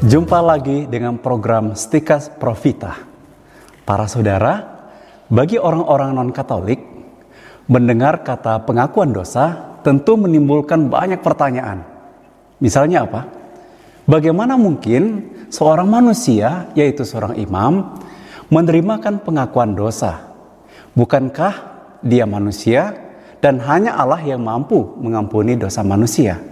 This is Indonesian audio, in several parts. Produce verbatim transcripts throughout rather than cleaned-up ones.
Jumpa lagi dengan program Stikas Profita. Para saudara, bagi orang-orang non-Katolik, mendengar kata pengakuan dosa tentu menimbulkan banyak pertanyaan. Misalnya apa? Bagaimana mungkin seorang manusia, yaitu seorang imam, menerimakan pengakuan dosa? Bukankah dia manusia dan hanya Allah yang mampu mengampuni dosa manusia?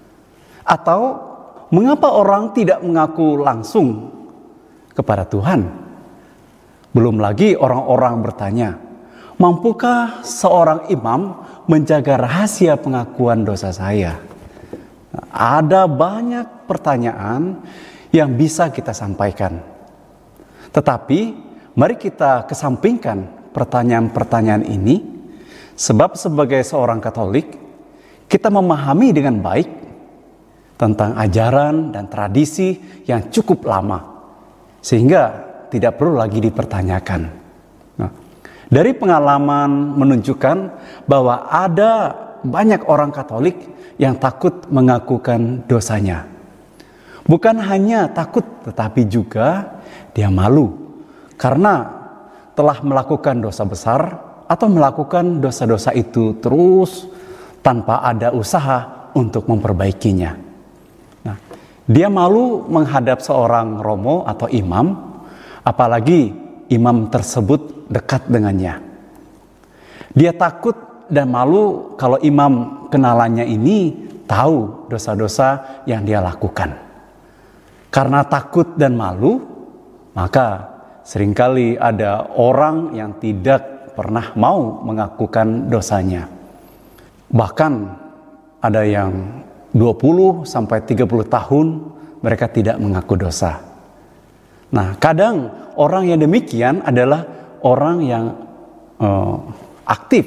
Atau mengapa orang tidak mengaku langsung kepada Tuhan? Belum lagi orang-orang bertanya, mampukah seorang imam menjaga rahasia pengakuan dosa saya? Nah, ada banyak pertanyaan yang bisa kita sampaikan. Tetapi mari kita kesampingkan pertanyaan-pertanyaan ini, sebab sebagai seorang Katolik, kita memahami dengan baik tentang ajaran dan tradisi yang cukup lama, sehingga tidak perlu lagi dipertanyakan. Nah, dari pengalaman menunjukkan bahwa ada banyak orang Katolik yang takut mengakukan dosanya. Bukan hanya takut, tetapi juga dia malu karena telah melakukan dosa besar atau melakukan dosa-dosa itu terus tanpa ada usaha untuk memperbaikinya. Nah, dia malu menghadap seorang romo atau imam, apalagi imam tersebut dekat dengannya. Dia takut dan malu kalau imam kenalannya ini tahu dosa-dosa yang dia lakukan. Karena takut dan malu, maka seringkali ada orang yang tidak pernah mau mengakukan dosanya. Bahkan ada yang dua puluh sampai tiga puluh tahun mereka tidak mengaku dosa. Nah, kadang orang yang demikian adalah orang yang uh, aktif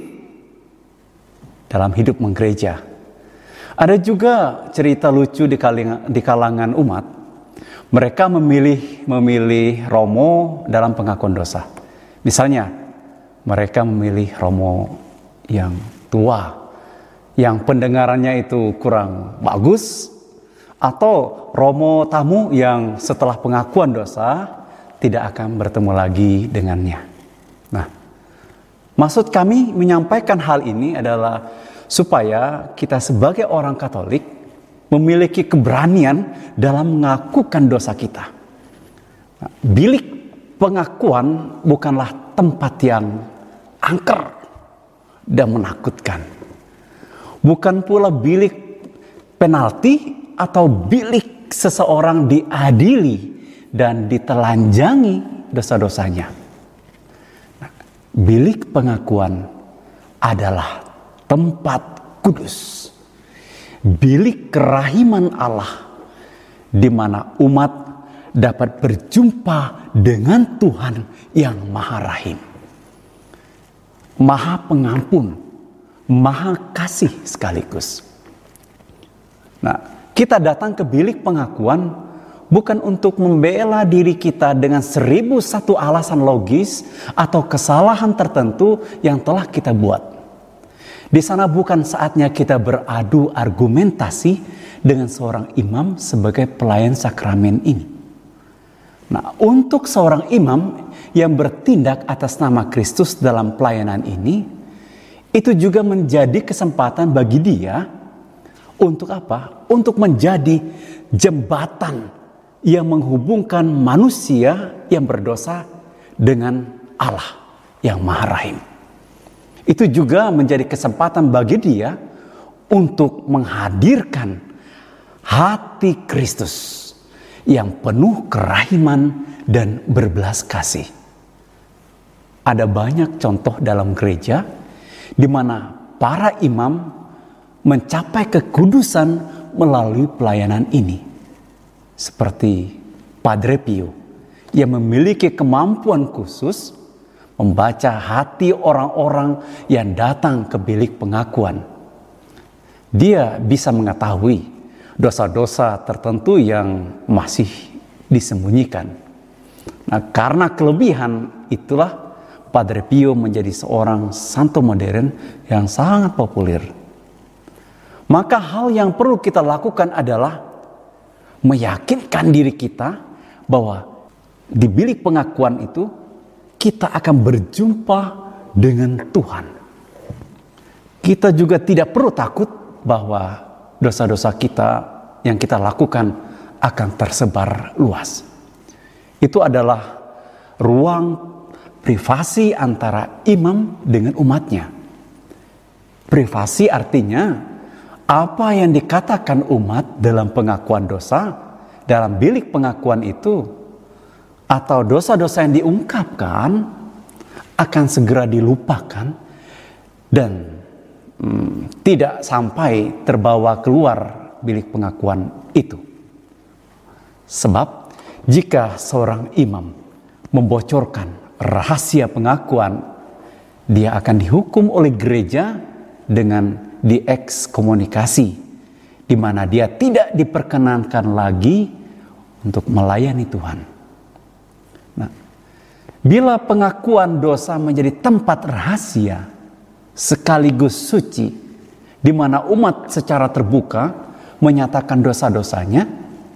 dalam hidup menggereja. Ada juga cerita lucu di kalangan, di kalangan umat. Mereka memilih memilih romo dalam pengakuan dosa. Misalnya, mereka memilih romo yang tua, yang pendengarannya itu kurang bagus, atau romo tamu yang setelah pengakuan dosa tidak akan bertemu lagi dengannya. Nah, maksud kami menyampaikan hal ini adalah supaya kita sebagai orang Katolik memiliki keberanian dalam mengakukan dosa kita. Nah, bilik pengakuan bukanlah tempat yang angker dan menakutkan. Bukan pula bilik penalti atau bilik seseorang diadili dan ditelanjangi dosa-dosanya. Nah, bilik pengakuan adalah tempat kudus, bilik kerahiman Allah, di mana umat dapat berjumpa dengan Tuhan yang Maha Rahim, Maha Pengampun, Maha Kasih sekaligus. Nah, kita datang ke bilik pengakuan bukan untuk membela diri kita dengan seribu satu alasan logis atau kesalahan tertentu yang telah kita buat. Di sana bukan saatnya kita beradu argumentasi dengan seorang imam sebagai pelayan sakramen ini. Nah, untuk seorang imam yang bertindak atas nama Kristus dalam pelayanan ini, itu juga menjadi kesempatan bagi dia untuk apa? Untuk menjadi jembatan yang menghubungkan manusia yang berdosa dengan Allah yang Maha Rahim. Itu juga menjadi kesempatan bagi dia untuk menghadirkan hati Kristus yang penuh kerahiman dan berbelas kasih. Ada banyak contoh dalam gereja di mana para imam mencapai kekudusan melalui pelayanan ini. Seperti Padre Pio yang memiliki kemampuan khusus membaca hati orang-orang yang datang ke bilik pengakuan. Dia bisa mengetahui dosa-dosa tertentu yang masih disembunyikan. Nah, karena kelebihan itulah Padre Pio menjadi seorang santo modern yang sangat populer. Maka hal yang perlu kita lakukan adalah meyakinkan diri kita bahwa di bilik pengakuan itu kita akan berjumpa dengan Tuhan. Kita juga tidak perlu takut bahwa dosa-dosa kita yang kita lakukan akan tersebar luas. Itu adalah ruang privasi antara imam dengan umatnya. Privasi artinya apa yang dikatakan umat dalam pengakuan dosa, dalam bilik pengakuan itu, atau dosa-dosa yang diungkapkan akan segera dilupakan dan hmm, tidak sampai terbawa keluar bilik pengakuan itu. Sebab jika seorang imam membocorkan rahasia pengakuan, dia akan dihukum oleh gereja dengan diekskomunikasi, di mana dia tidak diperkenankan lagi untuk melayani Tuhan. Nah, bila pengakuan dosa menjadi tempat rahasia sekaligus suci, di mana umat secara terbuka menyatakan dosa-dosanya,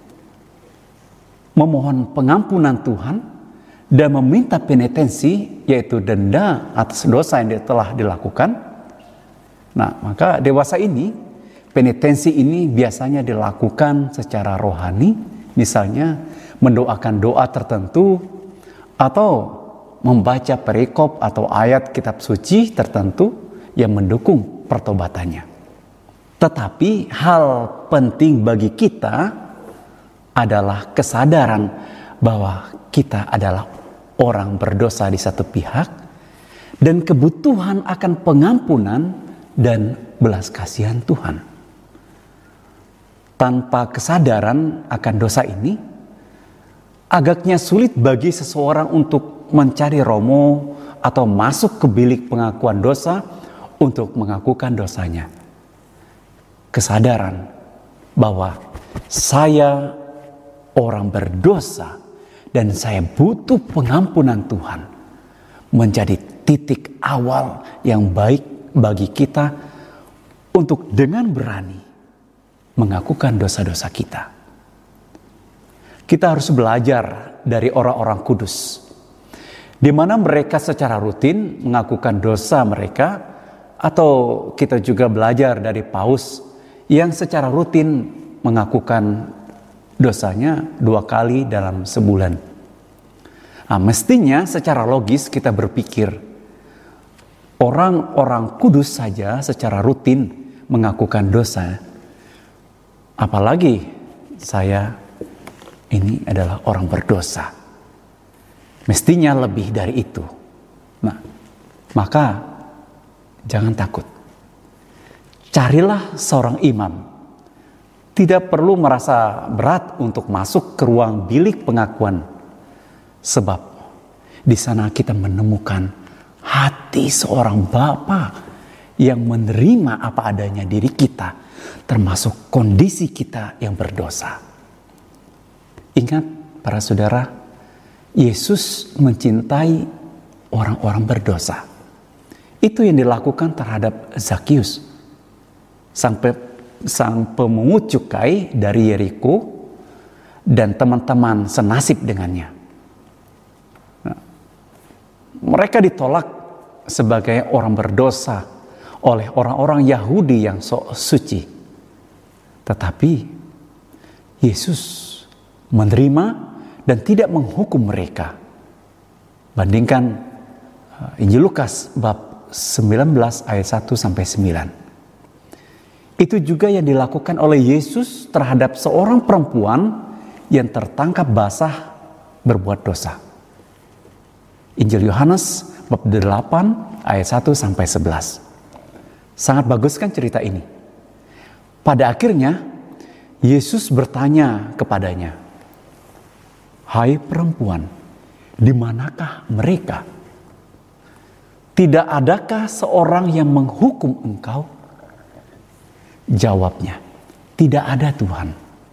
memohon pengampunan Tuhan, dan meminta penitensi, yaitu denda atas dosa yang telah dilakukan. Nah, maka dewasa ini, penitensi ini biasanya dilakukan secara rohani, misalnya mendoakan doa tertentu, atau membaca perikop atau ayat kitab suci tertentu yang mendukung pertobatannya. Tetapi hal penting bagi kita adalah kesadaran bahwa kita adalah orang berdosa di satu pihak dan kebutuhan akan pengampunan dan belas kasihan Tuhan. Tanpa kesadaran akan dosa ini, agaknya sulit bagi seseorang untuk mencari romo atau masuk ke bilik pengakuan dosa untuk mengakukan dosanya. Kesadaran bahwa saya orang berdosa dan saya butuh pengampunan Tuhan menjadi titik awal yang baik bagi kita untuk dengan berani mengakukan dosa-dosa kita. Kita harus belajar dari orang-orang kudus, di mana mereka secara rutin mengakukan dosa mereka, atau kita juga belajar dari Paus yang secara rutin mengakukan dosanya dua kali dalam sebulan. Nah, mestinya secara logis kita berpikir, orang-orang kudus saja secara rutin mengakukan dosa, apalagi saya ini adalah orang berdosa. Mestinya lebih dari itu. Nah, maka jangan takut. Carilah seorang imam. Tidak perlu merasa berat untuk masuk ke ruang bilik pengakuan, sebab di sana kita menemukan hati seorang bapa yang menerima apa adanya diri kita, termasuk kondisi kita yang berdosa. Ingat para saudara, Yesus mencintai orang-orang berdosa. Itu yang dilakukan terhadap Zakius, sampai sang pemungut cukai dari Yeriko dan teman-teman senasib dengannya. Nah, mereka ditolak sebagai orang berdosa oleh orang-orang Yahudi yang sok suci. Tetapi Yesus menerima dan tidak menghukum mereka. Bandingkan Injil Lukas bab sembilan belas ayat satu sampai sembilan. Itu juga yang dilakukan oleh Yesus terhadap seorang perempuan yang tertangkap basah berbuat dosa. Injil Yohanes bab delapan ayat satu sampai sebelas. Sangat bagus kan cerita ini? Pada akhirnya Yesus bertanya kepadanya, "Hai perempuan, di manakah mereka? Tidak adakah seorang yang menghukum engkau?" Jawabnya, "Tidak ada Tuhan."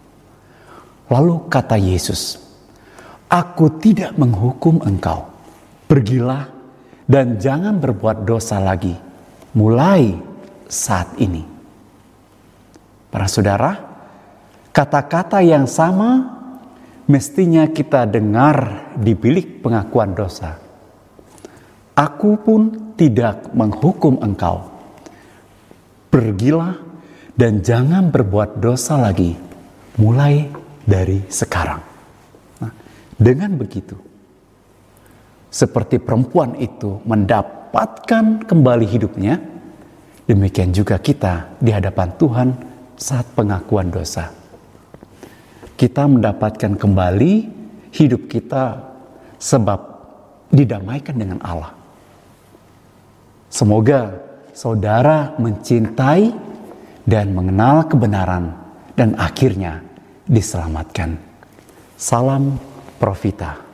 Lalu kata Yesus, "Aku tidak menghukum engkau. Pergilah dan jangan berbuat dosa lagi mulai saat ini." Para saudara, Kata-kata yang sama mestinya kita dengar di bilik pengakuan dosa. Aku pun tidak menghukum engkau. Pergilah dan jangan berbuat dosa lagi, mulai dari sekarang. Nah, dengan begitu, seperti perempuan itu mendapatkan kembali hidupnya, demikian juga kita di hadapan Tuhan saat pengakuan dosa. Kita mendapatkan kembali hidup kita sebab didamaikan dengan Allah. Semoga saudara mencintai dan mengenal kebenaran dan akhirnya diselamatkan. Salam Profita.